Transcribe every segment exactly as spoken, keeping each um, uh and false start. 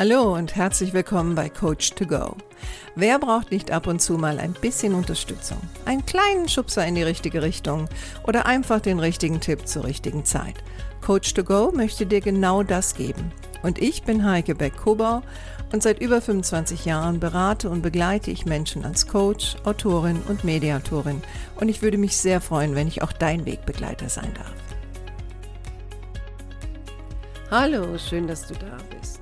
Hallo und herzlich willkommen bei Coach to Go. Wer braucht nicht ab und zu mal ein bisschen Unterstützung? Einen kleinen Schubser in die richtige Richtung oder einfach den richtigen Tipp zur richtigen Zeit? Coach to Go möchte dir genau das geben. Und ich bin Heike Beck-Kobau und seit über fünfundzwanzig Jahren berate und begleite ich Menschen als Coach, Autorin und Mediatorin. Und ich würde mich sehr freuen, wenn ich auch dein Wegbegleiter sein darf. Hallo, schön, dass du da bist.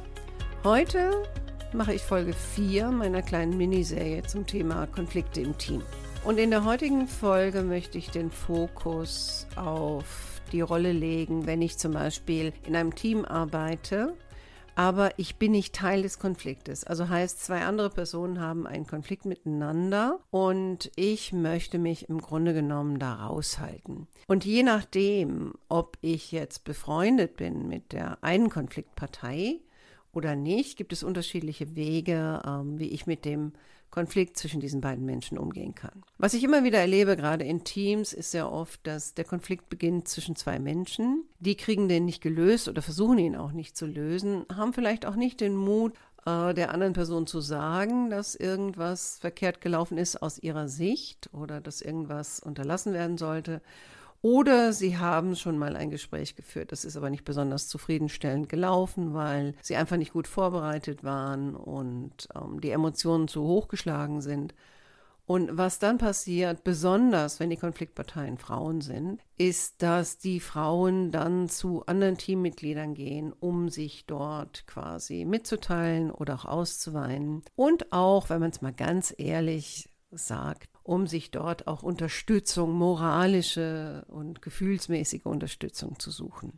Heute mache ich Folge vier meiner kleinen Miniserie zum Thema Konflikte im Team. Und in der heutigen Folge möchte ich den Fokus auf die Rolle legen, wenn ich zum Beispiel in einem Team arbeite, aber ich bin nicht Teil des Konfliktes. Also heißt, zwei andere Personen haben einen Konflikt miteinander und ich möchte mich im Grunde genommen da raushalten. Und je nachdem, ob ich jetzt befreundet bin mit der einen Konfliktpartei oder nicht, gibt es unterschiedliche Wege, ähm, wie ich mit dem Konflikt zwischen diesen beiden Menschen umgehen kann. Was ich immer wieder erlebe, gerade in Teams, ist sehr oft, dass der Konflikt beginnt zwischen zwei Menschen. Die kriegen den nicht gelöst oder versuchen ihn auch nicht zu lösen, haben vielleicht auch nicht den Mut, äh, der anderen Person zu sagen, dass irgendwas verkehrt gelaufen ist aus ihrer Sicht oder dass irgendwas unterlassen werden sollte. Oder sie haben schon mal ein Gespräch geführt, das ist aber nicht besonders zufriedenstellend gelaufen, weil sie einfach nicht gut vorbereitet waren und ähm, die Emotionen zu hoch geschlagen sind. Und was dann passiert, besonders wenn die Konfliktparteien Frauen sind, ist, dass die Frauen dann zu anderen Teammitgliedern gehen, um sich dort quasi mitzuteilen oder auch auszuweinen. Und auch, wenn man es mal ganz ehrlich sagt, um sich dort auch Unterstützung, moralische und gefühlsmäßige Unterstützung zu suchen.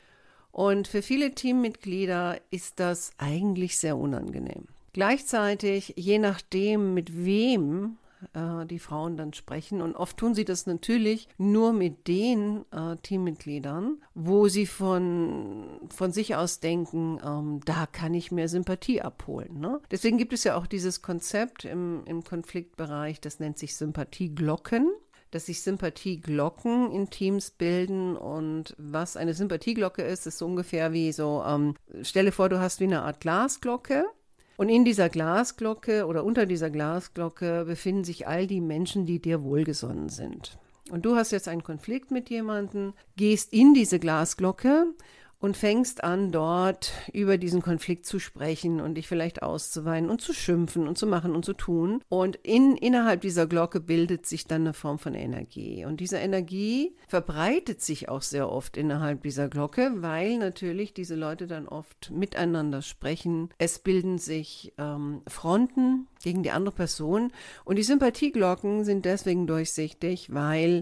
Und für viele Teammitglieder ist das eigentlich sehr unangenehm. Gleichzeitig, je nachdem, mit wem äh, die Frauen dann sprechen, und oft tun sie das natürlich nur mit den äh, Teammitgliedern, wo sie von, von sich aus denken, ähm, da kann ich mehr Sympathie abholen. Ne? Deswegen gibt es ja auch dieses Konzept im, im Konfliktbereich, das nennt sich Sympathieglocken, dass sich Sympathieglocken in Teams bilden. Und was eine Sympathieglocke ist, ist so ungefähr wie so, ähm, stelle vor, du hast wie eine Art Glasglocke. Und in dieser Glasglocke oder unter dieser Glasglocke befinden sich all die Menschen, die dir wohlgesonnen sind. Und du hast jetzt einen Konflikt mit jemandem, gehst in diese Glasglocke und fängst an, dort über diesen Konflikt zu sprechen und dich vielleicht auszuweinen und zu schimpfen und zu machen und zu tun. Und in, innerhalb dieser Glocke bildet sich dann eine Form von Energie. Und diese Energie verbreitet sich auch sehr oft innerhalb dieser Glocke, weil natürlich diese Leute dann oft miteinander sprechen. Es bilden sich ähm, Fronten gegen die andere Person. Und die Sympathieglocken sind deswegen durchsichtig, weil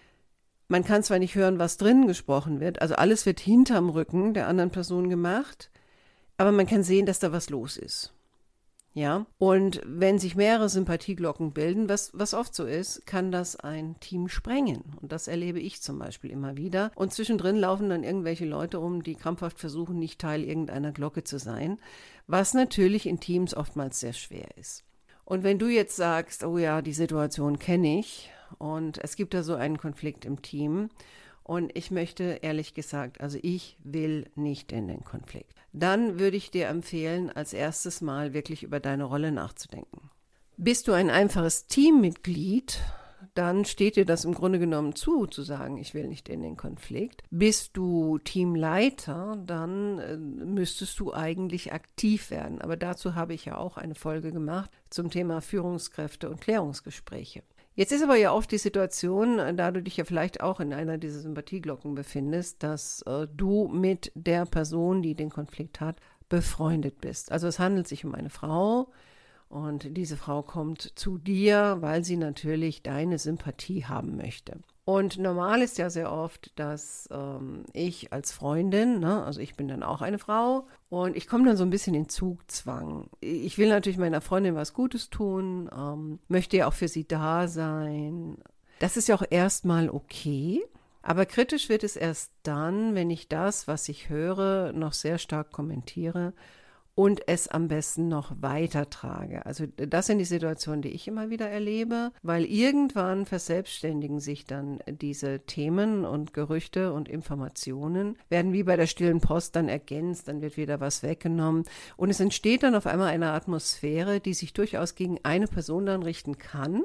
man kann zwar nicht hören, was drinnen gesprochen wird, also alles wird hinterm Rücken der anderen Person gemacht, aber man kann sehen, dass da was los ist. Ja, und wenn sich mehrere Sympathieglocken bilden, was, was oft so ist, kann das ein Team sprengen. Und das erlebe ich zum Beispiel immer wieder. Und zwischendrin laufen dann irgendwelche Leute rum, die krampfhaft versuchen, nicht Teil irgendeiner Glocke zu sein, was natürlich in Teams oftmals sehr schwer ist. Und wenn du jetzt sagst, oh ja, die Situation kenne ich, und es gibt da so einen Konflikt im Team und ich möchte ehrlich gesagt, also ich will nicht in den Konflikt. Dann würde ich dir empfehlen, als erstes Mal wirklich über deine Rolle nachzudenken. Bist du ein einfaches Teammitglied, dann steht dir das im Grunde genommen zu, zu sagen, ich will nicht in den Konflikt. Bist du Teamleiter, dann äh, müsstest du eigentlich aktiv werden. Aber dazu habe ich ja auch eine Folge gemacht zum Thema Führungskräfte und Klärungsgespräche. Jetzt ist aber ja oft die Situation, da du dich ja vielleicht auch in einer dieser Sympathieglocken befindest, dass äh, du mit der Person, die den Konflikt hat, befreundet bist. Also es handelt sich um eine Frau und diese Frau kommt zu dir, weil sie natürlich deine Sympathie haben möchte. Und normal ist ja sehr oft, dass ähm, ich als Freundin, ne, also ich bin dann auch eine Frau und ich komme dann so ein bisschen in Zugzwang. Ich will natürlich meiner Freundin was Gutes tun, ähm, möchte ja auch für sie da sein. Das ist ja auch erstmal okay, aber kritisch wird es erst dann, wenn ich das, was ich höre, noch sehr stark kommentiere und es am besten noch weitertrage. Also das sind die Situationen, die ich immer wieder erlebe, weil irgendwann verselbstständigen sich dann diese Themen und Gerüchte und Informationen, werden wie bei der stillen Post dann ergänzt, dann wird wieder was weggenommen und es entsteht dann auf einmal eine Atmosphäre, die sich durchaus gegen eine Person dann richten kann.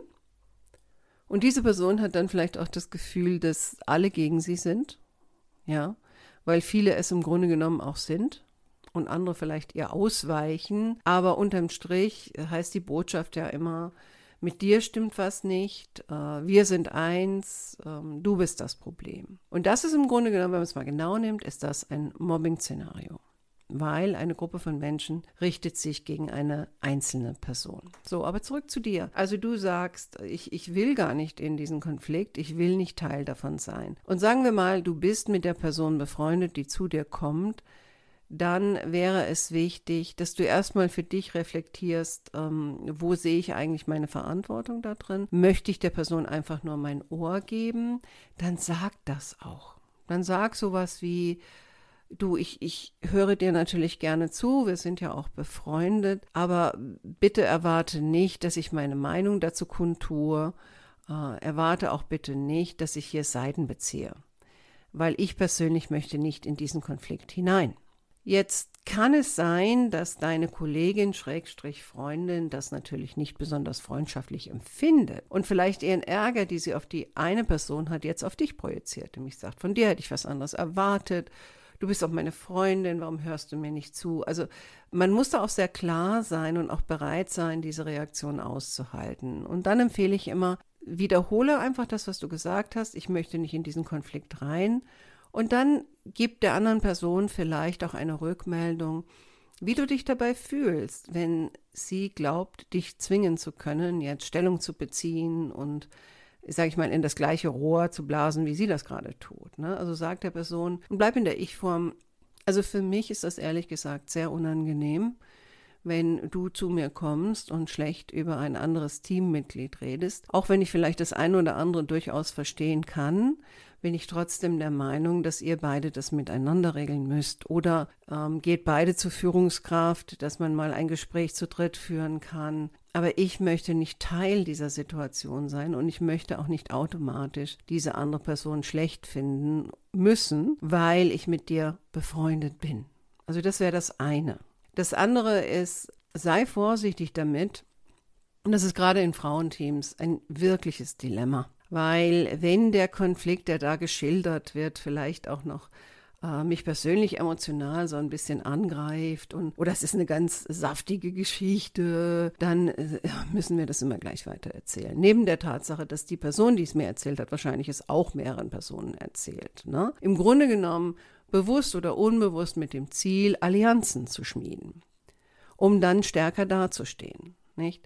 Und diese Person hat dann vielleicht auch das Gefühl, dass alle gegen sie sind, ja, weil viele es im Grunde genommen auch sind und andere vielleicht eher ausweichen. Aber unterm Strich heißt die Botschaft ja immer, mit dir stimmt was nicht, äh, wir sind eins, ähm, du bist das Problem. Und das ist im Grunde genommen, wenn man es mal genau nimmt, ist das ein Mobbing-Szenario. Weil eine Gruppe von Menschen richtet sich gegen eine einzelne Person. So, aber zurück zu dir. Also du sagst, ich, ich will gar nicht in diesen Konflikt, ich will nicht Teil davon sein. Und sagen wir mal, du bist mit der Person befreundet, die zu dir kommt, dann wäre es wichtig, dass du erstmal für dich reflektierst, ähm, wo sehe ich eigentlich meine Verantwortung da drin? Möchte ich der Person einfach nur mein Ohr geben? Dann sag das auch. Dann sag sowas wie, du, ich, ich höre dir natürlich gerne zu, wir sind ja auch befreundet, aber bitte erwarte nicht, dass ich meine Meinung dazu kundtue, äh, erwarte auch bitte nicht, dass ich hier Seiten beziehe, weil ich persönlich möchte nicht in diesen Konflikt hinein. Jetzt kann es sein, dass deine Kollegin, Schrägstrich Freundin, das natürlich nicht besonders freundschaftlich empfindet und vielleicht ihren Ärger, die sie auf die eine Person hat, jetzt auf dich projiziert, nämlich sagt, von dir hätte ich was anderes erwartet, du bist auch meine Freundin, warum hörst du mir nicht zu? Also man muss da auch sehr klar sein und auch bereit sein, diese Reaktion auszuhalten. Und dann empfehle ich immer, wiederhole einfach das, was du gesagt hast, ich möchte nicht in diesen Konflikt rein. Und dann gib der anderen Person vielleicht auch eine Rückmeldung, wie du dich dabei fühlst, wenn sie glaubt, dich zwingen zu können, jetzt Stellung zu beziehen und, sage ich mal, in das gleiche Rohr zu blasen, wie sie das gerade tut. Ne? Also sagt der Person, und bleib in der Ich-Form. Also für mich ist das ehrlich gesagt sehr unangenehm, wenn du zu mir kommst und schlecht über ein anderes Teammitglied redest. Auch wenn ich vielleicht das eine oder andere durchaus verstehen kann, bin ich trotzdem der Meinung, dass ihr beide das miteinander regeln müsst. Oder ähm, geht beide zur Führungskraft, dass man mal ein Gespräch zu dritt führen kann. Aber ich möchte nicht Teil dieser Situation sein und ich möchte auch nicht automatisch diese andere Person schlecht finden müssen, weil ich mit dir befreundet bin. Also das wäre das eine. Das andere ist, sei vorsichtig damit, und das ist gerade in Frauenteams ein wirkliches Dilemma, weil wenn der Konflikt, der da geschildert wird, vielleicht auch noch äh, mich persönlich emotional so ein bisschen angreift und oder es ist eine ganz saftige Geschichte, dann äh, müssen wir das immer gleich weiter erzählen. Neben der Tatsache, dass die Person, die es mir erzählt hat, wahrscheinlich es auch mehreren Personen erzählt. Ne? Im Grunde genommen bewusst oder unbewusst mit dem Ziel, Allianzen zu schmieden, um dann stärker dazustehen, nicht?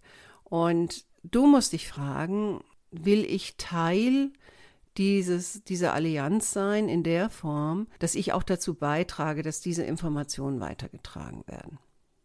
Und du musst dich fragen, will ich Teil dieses, dieser Allianz sein in der Form, dass ich auch dazu beitrage, dass diese Informationen weitergetragen werden?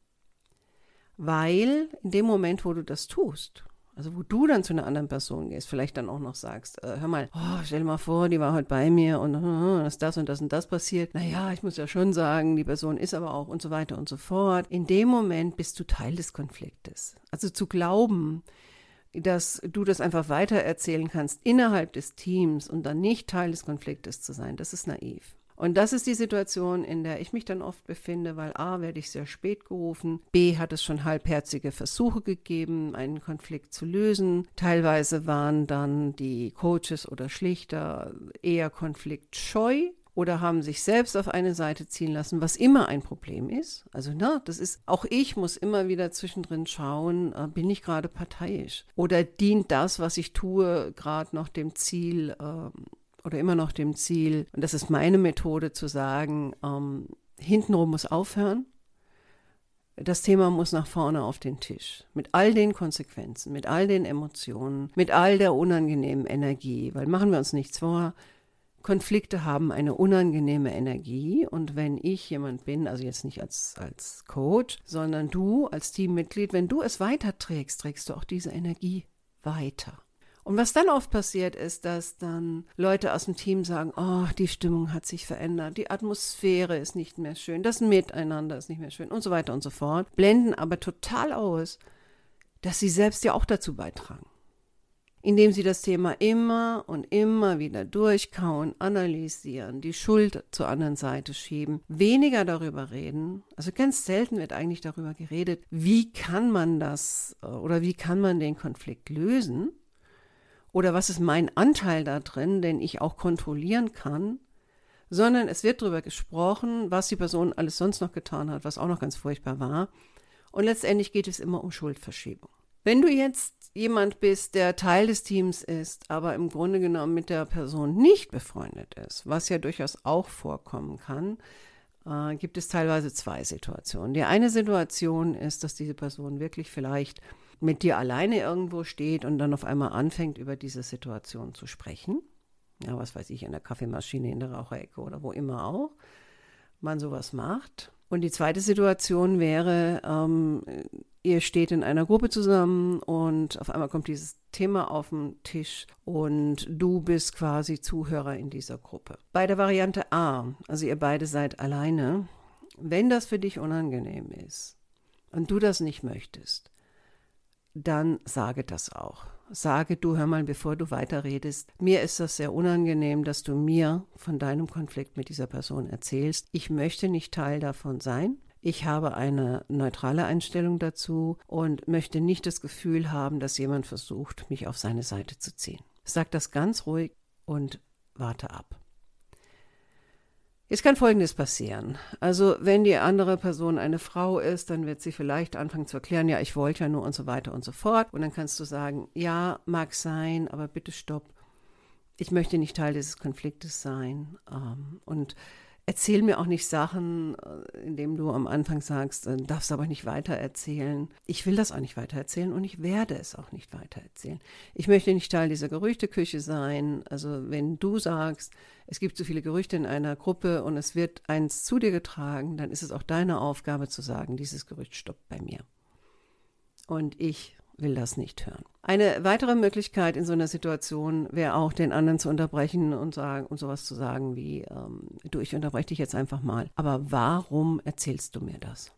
Weil in dem Moment, wo du das tust, also wo du dann zu einer anderen Person gehst, vielleicht dann auch noch sagst, äh, hör mal, oh, stell dir mal vor, die war heute bei mir und uh, ist das und das und das passiert. Naja, ich muss ja schon sagen, die Person ist aber auch und so weiter und so fort. In dem Moment bist du Teil des Konfliktes. Also zu glauben, dass du das einfach weitererzählen kannst innerhalb des Teams und dann nicht Teil des Konfliktes zu sein, das ist naiv. Und das ist die Situation, in der ich mich dann oft befinde, weil A, werde ich sehr spät gerufen, B, hat es schon halbherzige Versuche gegeben, einen Konflikt zu lösen. Teilweise waren dann die Coaches oder Schlichter eher konfliktscheu oder haben sich selbst auf eine Seite ziehen lassen, was immer ein Problem ist. Also na, das ist, auch ich muss immer wieder zwischendrin schauen, äh, bin ich gerade parteiisch? Oder dient das, was ich tue, gerade noch dem Ziel, äh, oder immer noch dem Ziel, und das ist meine Methode zu sagen, ähm, hintenrum muss aufhören, das Thema muss nach vorne auf den Tisch, mit all den Konsequenzen, mit all den Emotionen, mit all der unangenehmen Energie, weil machen wir uns nichts vor, Konflikte haben eine unangenehme Energie und wenn ich jemand bin, also jetzt nicht als, als Coach, sondern du als Teammitglied, wenn du es weiterträgst, trägst du auch diese Energie weiter. Und was dann oft passiert ist, dass dann Leute aus dem Team sagen, oh, die Stimmung hat sich verändert, die Atmosphäre ist nicht mehr schön, das Miteinander ist nicht mehr schön und so weiter und so fort, blenden aber total aus, dass sie selbst ja auch dazu beitragen. Indem sie das Thema immer und immer wieder durchkauen, analysieren, die Schuld zur anderen Seite schieben, weniger darüber reden. Also ganz selten wird eigentlich darüber geredet, wie kann man das oder wie kann man den Konflikt lösen oder was ist mein Anteil da drin, den ich auch kontrollieren kann, sondern es wird darüber gesprochen, was die Person alles sonst noch getan hat, was auch noch ganz furchtbar war. Und letztendlich geht es immer um Schuldverschiebung. Wenn du jetzt jemand bist, der Teil des Teams ist, aber im Grunde genommen mit der Person nicht befreundet ist, was ja durchaus auch vorkommen kann, äh, gibt es teilweise zwei Situationen. Die eine Situation ist, dass diese Person wirklich vielleicht mit dir alleine irgendwo steht und dann auf einmal anfängt, über diese Situation zu sprechen. Ja, was weiß ich, in der Kaffeemaschine, in der Raucherecke oder wo immer auch man sowas macht. Und die zweite Situation wäre, ähm, ihr steht in einer Gruppe zusammen und auf einmal kommt dieses Thema auf den Tisch und du bist quasi Zuhörer in dieser Gruppe. Bei der Variante A, also ihr beide seid alleine, wenn das für dich unangenehm ist und du das nicht möchtest, dann sage das auch. Sage, du, hör mal, bevor du weiterredest, mir ist das sehr unangenehm, dass du mir von deinem Konflikt mit dieser Person erzählst. Ich möchte nicht Teil davon sein. Ich habe eine neutrale Einstellung dazu und möchte nicht das Gefühl haben, dass jemand versucht, mich auf seine Seite zu ziehen. Sag das ganz ruhig und warte ab. Jetzt kann Folgendes passieren. Also wenn die andere Person eine Frau ist, dann wird sie vielleicht anfangen zu erklären, ja, ich wollte ja nur und so weiter und so fort. Und dann kannst du sagen, ja, mag sein, aber bitte stopp. Ich möchte nicht Teil dieses Konfliktes sein. Und erzähl mir auch nicht Sachen, indem du am Anfang sagst, darfst aber nicht weitererzählen. Ich will das auch nicht weitererzählen und ich werde es auch nicht weitererzählen. Ich möchte nicht Teil dieser Gerüchteküche sein. Also wenn du sagst, es gibt so viele Gerüchte in einer Gruppe und es wird eins zu dir getragen, dann ist es auch deine Aufgabe zu sagen, dieses Gerücht stoppt bei mir. Und ich will das nicht hören. Eine weitere Möglichkeit in so einer Situation wäre auch, den anderen zu unterbrechen und sagen und sowas zu sagen wie, ähm, du, ich unterbreche dich jetzt einfach mal. Aber warum erzählst du mir das?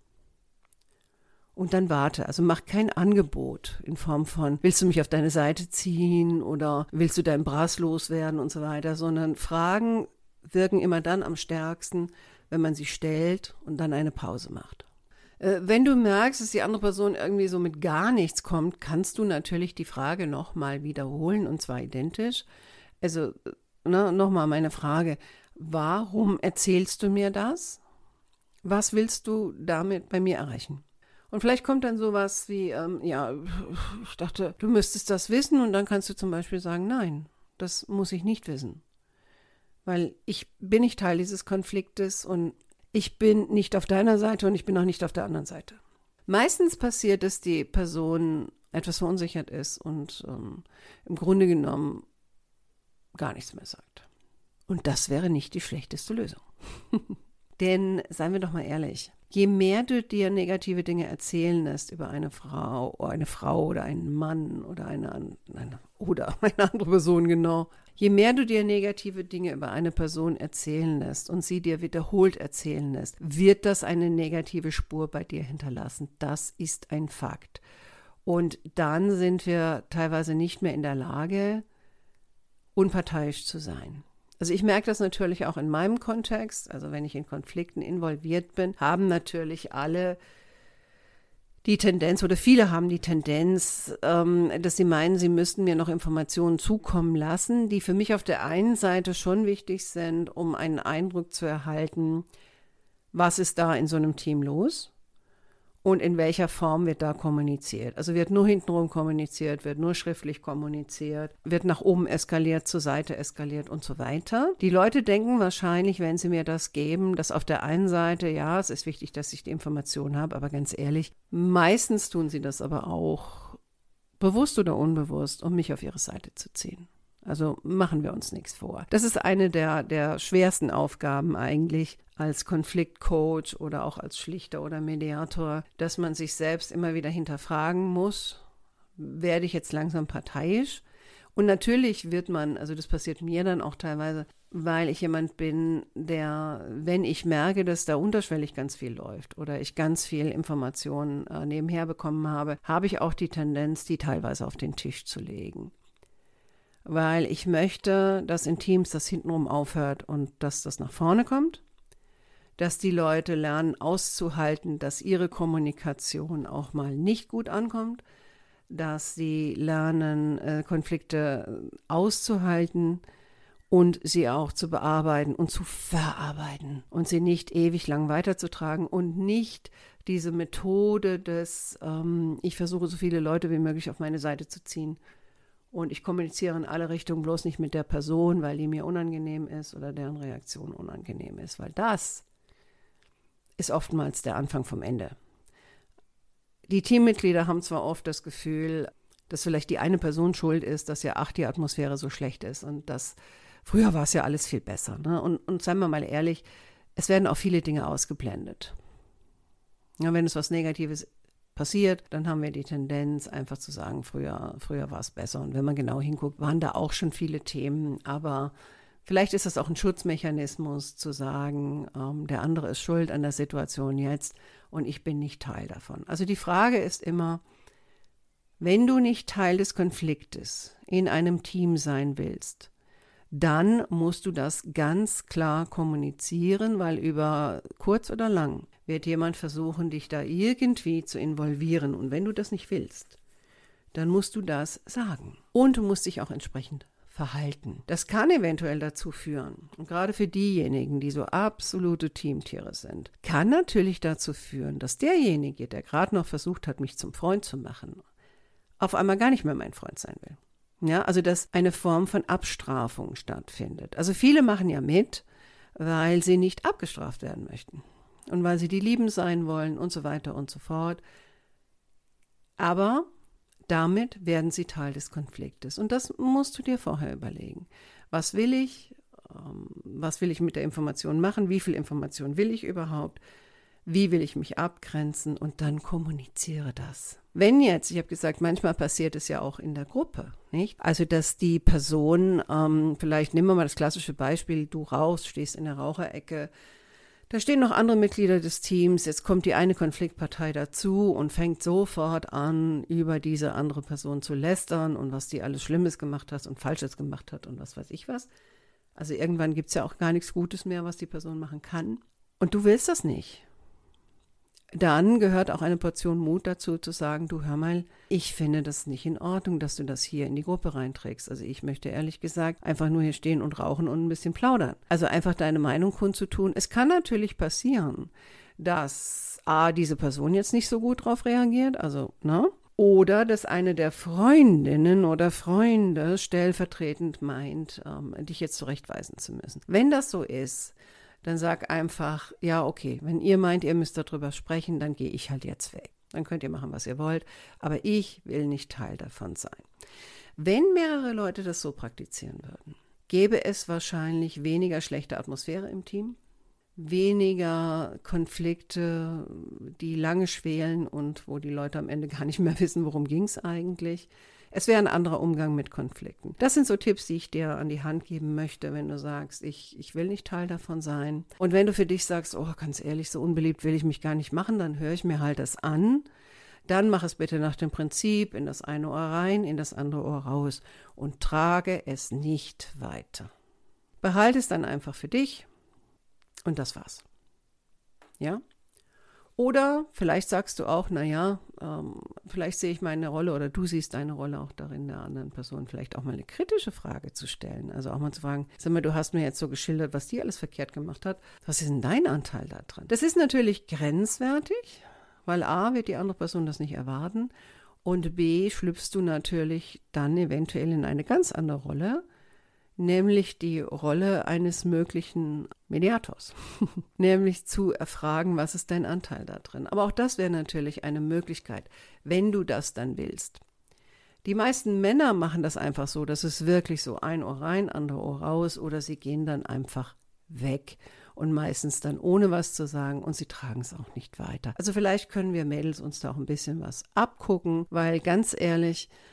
Und dann warte, also mach kein Angebot in Form von, willst du mich auf deine Seite ziehen oder willst du deinen Brass loswerden und so weiter, sondern Fragen wirken immer dann am stärksten, wenn man sie stellt und dann eine Pause macht. Wenn du merkst, dass die andere Person irgendwie so mit gar nichts kommt, kannst du natürlich die Frage nochmal wiederholen und zwar identisch. Also ne, nochmal meine Frage, warum erzählst du mir das? Was willst du damit bei mir erreichen? Und vielleicht kommt dann sowas wie, ähm, ja, ich dachte, du müsstest das wissen und dann kannst du zum Beispiel sagen, nein, das muss ich nicht wissen. Weil ich bin nicht Teil dieses Konfliktes und ich bin nicht auf deiner Seite und ich bin auch nicht auf der anderen Seite. Meistens passiert, dass die Person etwas verunsichert ist und ähm, im Grunde genommen gar nichts mehr sagt. Und das wäre nicht die schlechteste Lösung. Denn, seien wir doch mal ehrlich, je mehr du dir negative Dinge erzählen lässt über eine Frau, oder eine Frau oder einen Mann oder eine, eine, oder eine andere Person, genau, je mehr du dir negative Dinge über eine Person erzählen lässt und sie dir wiederholt erzählen lässt, wird das eine negative Spur bei dir hinterlassen. Das ist ein Fakt. Und dann sind wir teilweise nicht mehr in der Lage, unparteiisch zu sein. Also ich merke das natürlich auch in meinem Kontext, also wenn ich in Konflikten involviert bin, haben natürlich alle die Tendenz oder viele haben die Tendenz, ähm, dass sie meinen, sie müssten mir noch Informationen zukommen lassen, die für mich auf der einen Seite schon wichtig sind, um einen Eindruck zu erhalten, was ist da in so einem Team los und in welcher Form wird da kommuniziert. Also wird nur hintenrum kommuniziert, wird nur schriftlich kommuniziert, wird nach oben eskaliert, zur Seite eskaliert und so weiter. Die Leute denken wahrscheinlich, wenn sie mir das geben, dass auf der einen Seite, ja, es ist wichtig, dass ich die Information habe, aber ganz ehrlich, meistens tun sie das aber auch bewusst oder unbewusst, um mich auf ihre Seite zu ziehen. Also machen wir uns nichts vor. Das ist eine der, der schwersten Aufgaben eigentlich als Konfliktcoach oder auch als Schlichter oder Mediator, dass man sich selbst immer wieder hinterfragen muss, werde ich jetzt langsam parteiisch Und natürlich wird man, also das passiert mir dann auch teilweise, weil ich jemand bin, der, wenn ich merke, dass da unterschwellig ganz viel läuft oder ich ganz viel Informationen äh, nebenher bekommen habe, habe ich auch die Tendenz, die teilweise auf den Tisch zu legen. Weil ich möchte, dass in Teams das hintenrum aufhört und dass das nach vorne kommt, dass die Leute lernen auszuhalten, dass ihre Kommunikation auch mal nicht gut ankommt, dass sie lernen, äh, Konflikte auszuhalten und sie auch zu bearbeiten und zu verarbeiten und sie nicht ewig lang weiterzutragen und nicht diese Methode des, ähm, ich versuche so viele Leute wie möglich auf meine Seite zu ziehen und ich kommuniziere in alle Richtungen, bloß nicht mit der Person, weil die mir unangenehm ist oder deren Reaktion unangenehm ist, weil das ist oftmals der Anfang vom Ende. Die Teammitglieder haben zwar oft das Gefühl, dass vielleicht die eine Person schuld ist, dass ja ach, die Atmosphäre so schlecht ist und dass früher war es ja alles viel besser. Ne? Und, und seien wir mal ehrlich, es werden auch viele Dinge ausgeblendet. Ja, wenn es was Negatives passiert, dann haben wir die Tendenz, einfach zu sagen, früher, früher war es besser. Und wenn man genau hinguckt, waren da auch schon viele Themen. Aber vielleicht ist das auch ein Schutzmechanismus, zu sagen, ähm, der andere ist schuld an der Situation jetzt und ich bin nicht Teil davon. Also die Frage ist immer, wenn du nicht Teil des Konfliktes in einem Team sein willst, dann musst du das ganz klar kommunizieren, weil über kurz oder lang wird jemand versuchen, dich da irgendwie zu involvieren. Und wenn du das nicht willst, dann musst du das sagen. Und du musst dich auch entsprechend verhalten. Das kann eventuell dazu führen, und gerade für diejenigen, die so absolute Teamtiere sind, kann natürlich dazu führen, dass derjenige, der gerade noch versucht hat, mich zum Freund zu machen, auf einmal gar nicht mehr mein Freund sein will. Ja, also dass eine Form von Abstrafung stattfindet. Also viele machen ja mit, weil sie nicht abgestraft werden möchten und weil sie die Lieben sein wollen und so weiter und so fort. Aber damit werden sie Teil des Konfliktes. Und das musst du dir vorher überlegen. Was will ich? Ähm, was will ich mit der Information machen? Wie viel Information will ich überhaupt? Wie will ich mich abgrenzen? Und dann kommuniziere das. Wenn jetzt, ich habe gesagt, manchmal passiert es ja auch in der Gruppe, nicht? Also, dass die Person, ähm, vielleicht nehmen wir mal das klassische Beispiel, du rauchst, stehst in der Raucherecke, da stehen noch andere Mitglieder des Teams, jetzt kommt die eine Konfliktpartei dazu und fängt sofort an, über diese andere Person zu lästern und was die alles Schlimmes gemacht hat und Falsches gemacht hat und was weiß ich was. Also irgendwann gibt es ja auch gar nichts Gutes mehr, was die Person machen kann. Und du willst das nicht. Dann gehört auch eine Portion Mut dazu, zu sagen, du hör mal, ich finde das nicht in Ordnung, dass du das hier in die Gruppe reinträgst. Also ich möchte ehrlich gesagt einfach nur hier stehen und rauchen und ein bisschen plaudern. Also einfach deine Meinung kundzutun. Es kann natürlich passieren, dass A, diese Person jetzt nicht so gut drauf reagiert, also, ne? Oder dass eine der Freundinnen oder Freunde stellvertretend meint, ähm, dich jetzt zurechtweisen zu müssen. Wenn das so ist, dann sag einfach, ja, okay, wenn ihr meint, ihr müsst darüber sprechen, dann gehe ich halt jetzt weg. Dann könnt ihr machen, was ihr wollt, aber ich will nicht Teil davon sein. Wenn mehrere Leute das so praktizieren würden, gäbe es wahrscheinlich weniger schlechte Atmosphäre im Team, weniger Konflikte, die lange schwelen und wo die Leute am Ende gar nicht mehr wissen, worum ging es eigentlich. Es wäre ein anderer Umgang mit Konflikten. Das sind so Tipps, die ich dir an die Hand geben möchte, wenn du sagst, ich, ich will nicht Teil davon sein. Und wenn du für dich sagst, oh, ganz ehrlich, so unbeliebt will ich mich gar nicht machen, dann höre ich mir halt das an. Dann mach es bitte nach dem Prinzip, in das eine Ohr rein, in das andere Ohr raus und trage es nicht weiter. Behalte es dann einfach für dich und das war's. Ja? Oder vielleicht sagst du auch, naja, ähm, vielleicht sehe ich meine Rolle oder du siehst deine Rolle auch darin, der anderen Person vielleicht auch mal eine kritische Frage zu stellen. Also auch mal zu fragen, sag mal, du hast mir jetzt so geschildert, was die alles verkehrt gemacht hat. Was ist denn dein Anteil da dran? Das ist natürlich grenzwertig, weil A, wird die andere Person das nicht erwarten und B, schlüpfst du natürlich dann eventuell in eine ganz andere Rolle, nämlich die Rolle eines möglichen Mediators, nämlich zu erfragen, was ist dein Anteil da drin. Aber auch das wäre natürlich eine Möglichkeit, wenn du das dann willst. Die meisten Männer machen das einfach so, dass es wirklich so ein Ohr rein, andere Ohr raus oder sie gehen dann einfach weg und meistens dann ohne was zu sagen und sie tragen es auch nicht weiter. Also vielleicht können wir Mädels uns da auch ein bisschen was abgucken, weil ganz ehrlich,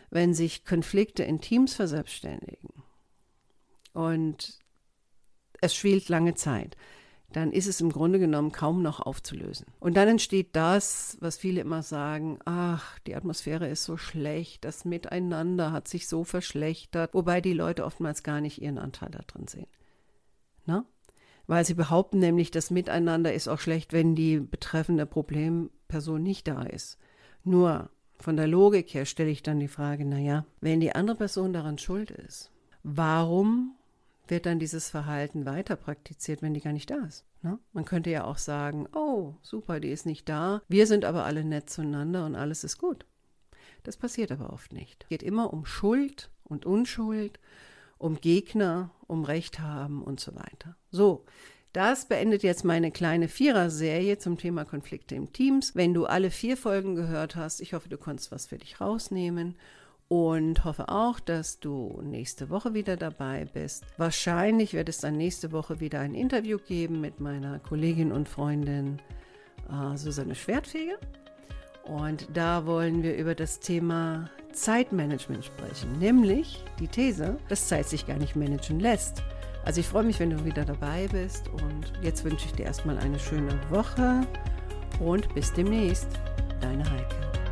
wenn sich Konflikte in Teams verselbstständigen und es schwelt lange Zeit, dann ist es im Grunde genommen kaum noch aufzulösen. Und dann entsteht das, was viele immer sagen, ach, die Atmosphäre ist so schlecht, das Miteinander hat sich so verschlechtert, wobei die Leute oftmals gar nicht ihren Anteil da drin sehen. Na? Weil sie behaupten nämlich, das Miteinander ist auch schlecht, wenn die betreffende Problemperson nicht da ist. Nur von der Logik her stelle ich dann die Frage, naja, wenn die andere Person daran schuld ist, warum wird dann dieses Verhalten weiter praktiziert, wenn die gar nicht da ist? Ne? Man könnte ja auch sagen, oh, super, die ist nicht da, wir sind aber alle nett zueinander und alles ist gut. Das passiert aber oft nicht. Es geht immer um Schuld und Unschuld, um Gegner, um Recht haben und so weiter. So, das beendet jetzt meine kleine Vierer-Serie zum Thema Konflikte im Teams. Wenn du alle vier Folgen gehört hast, ich hoffe, du konntest was für dich rausnehmen. Und hoffe auch, dass du nächste Woche wieder dabei bist. Wahrscheinlich wird es dann nächste Woche wieder ein Interview geben mit meiner Kollegin und Freundin äh, Susanne Schwertfeger. Und da wollen wir über das Thema Zeitmanagement sprechen, nämlich die These, dass Zeit sich gar nicht managen lässt. Also ich freue mich, wenn du wieder dabei bist und jetzt wünsche ich dir erstmal eine schöne Woche und bis demnächst. Deine Heike.